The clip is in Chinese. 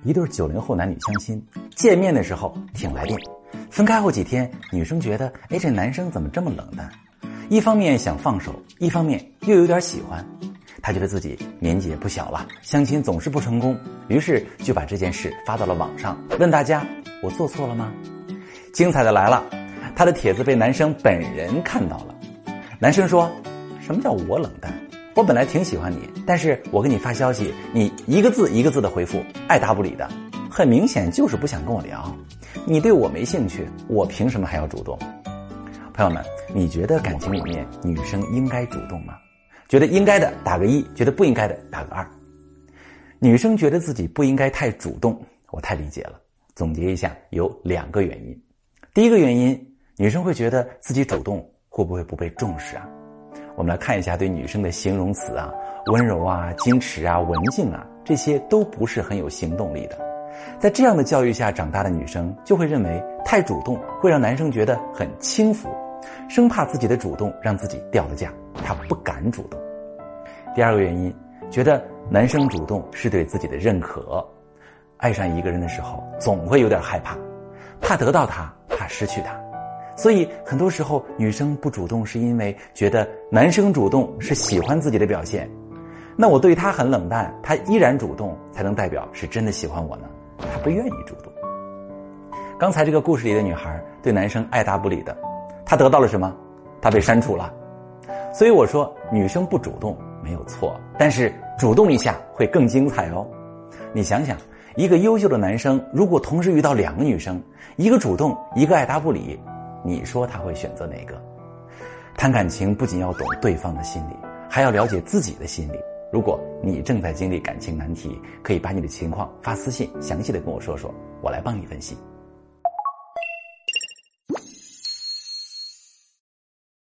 一对90后男女相亲，见面的时候挺来电，分开后几天，女生觉得这男生怎么这么冷淡，一方面想放手，一方面又有点喜欢。她觉得自己年纪也不小了，相亲总是不成功，于是就把这件事发到了网上，问大家我做错了吗？精彩的来了，她的帖子被男生本人看到了。男生说，什么叫我冷淡？我本来挺喜欢你，但是我给你发消息，你一个字一个字的回复，爱答不理的，很明显就是不想跟我聊。你对我没兴趣，我凭什么还要主动？朋友们，你觉得感情里面女生应该主动吗？觉得应该的打个1，觉得不应该的打个2。女生觉得自己不应该太主动，我太理解了。总结一下，有2个原因。第一个原因，女生会觉得自己主动会不会不被重视啊？我们来看一下对女生的形容词啊，温柔啊、矜持啊、文静啊，这些都不是很有行动力的。在这样的教育下长大的女生，就会认为太主动会让男生觉得很轻浮，生怕自己的主动让自己掉了价，她不敢主动。第二个原因，觉得男生主动是对自己的认可。爱上一个人的时候，总会有点害怕，怕得到他，怕失去他。所以很多时候女生不主动是因为觉得男生主动是喜欢自己的表现，那我对他很冷淡，他依然主动才能代表是真的喜欢我呢，他不愿意主动。刚才这个故事里的女孩对男生爱答不理的，她得到了什么？她被删除了。所以我说女生不主动没有错，但是主动一下会更精彩哦。你想想，一个优秀的男生如果同时遇到2个女生，一个主动，一个爱答不理，你说他会选择哪个？谈感情不仅要懂对方的心理，还要了解自己的心理。如果你正在经历感情难题，可以把你的情况发私信，详细的跟我说说，我来帮你分析。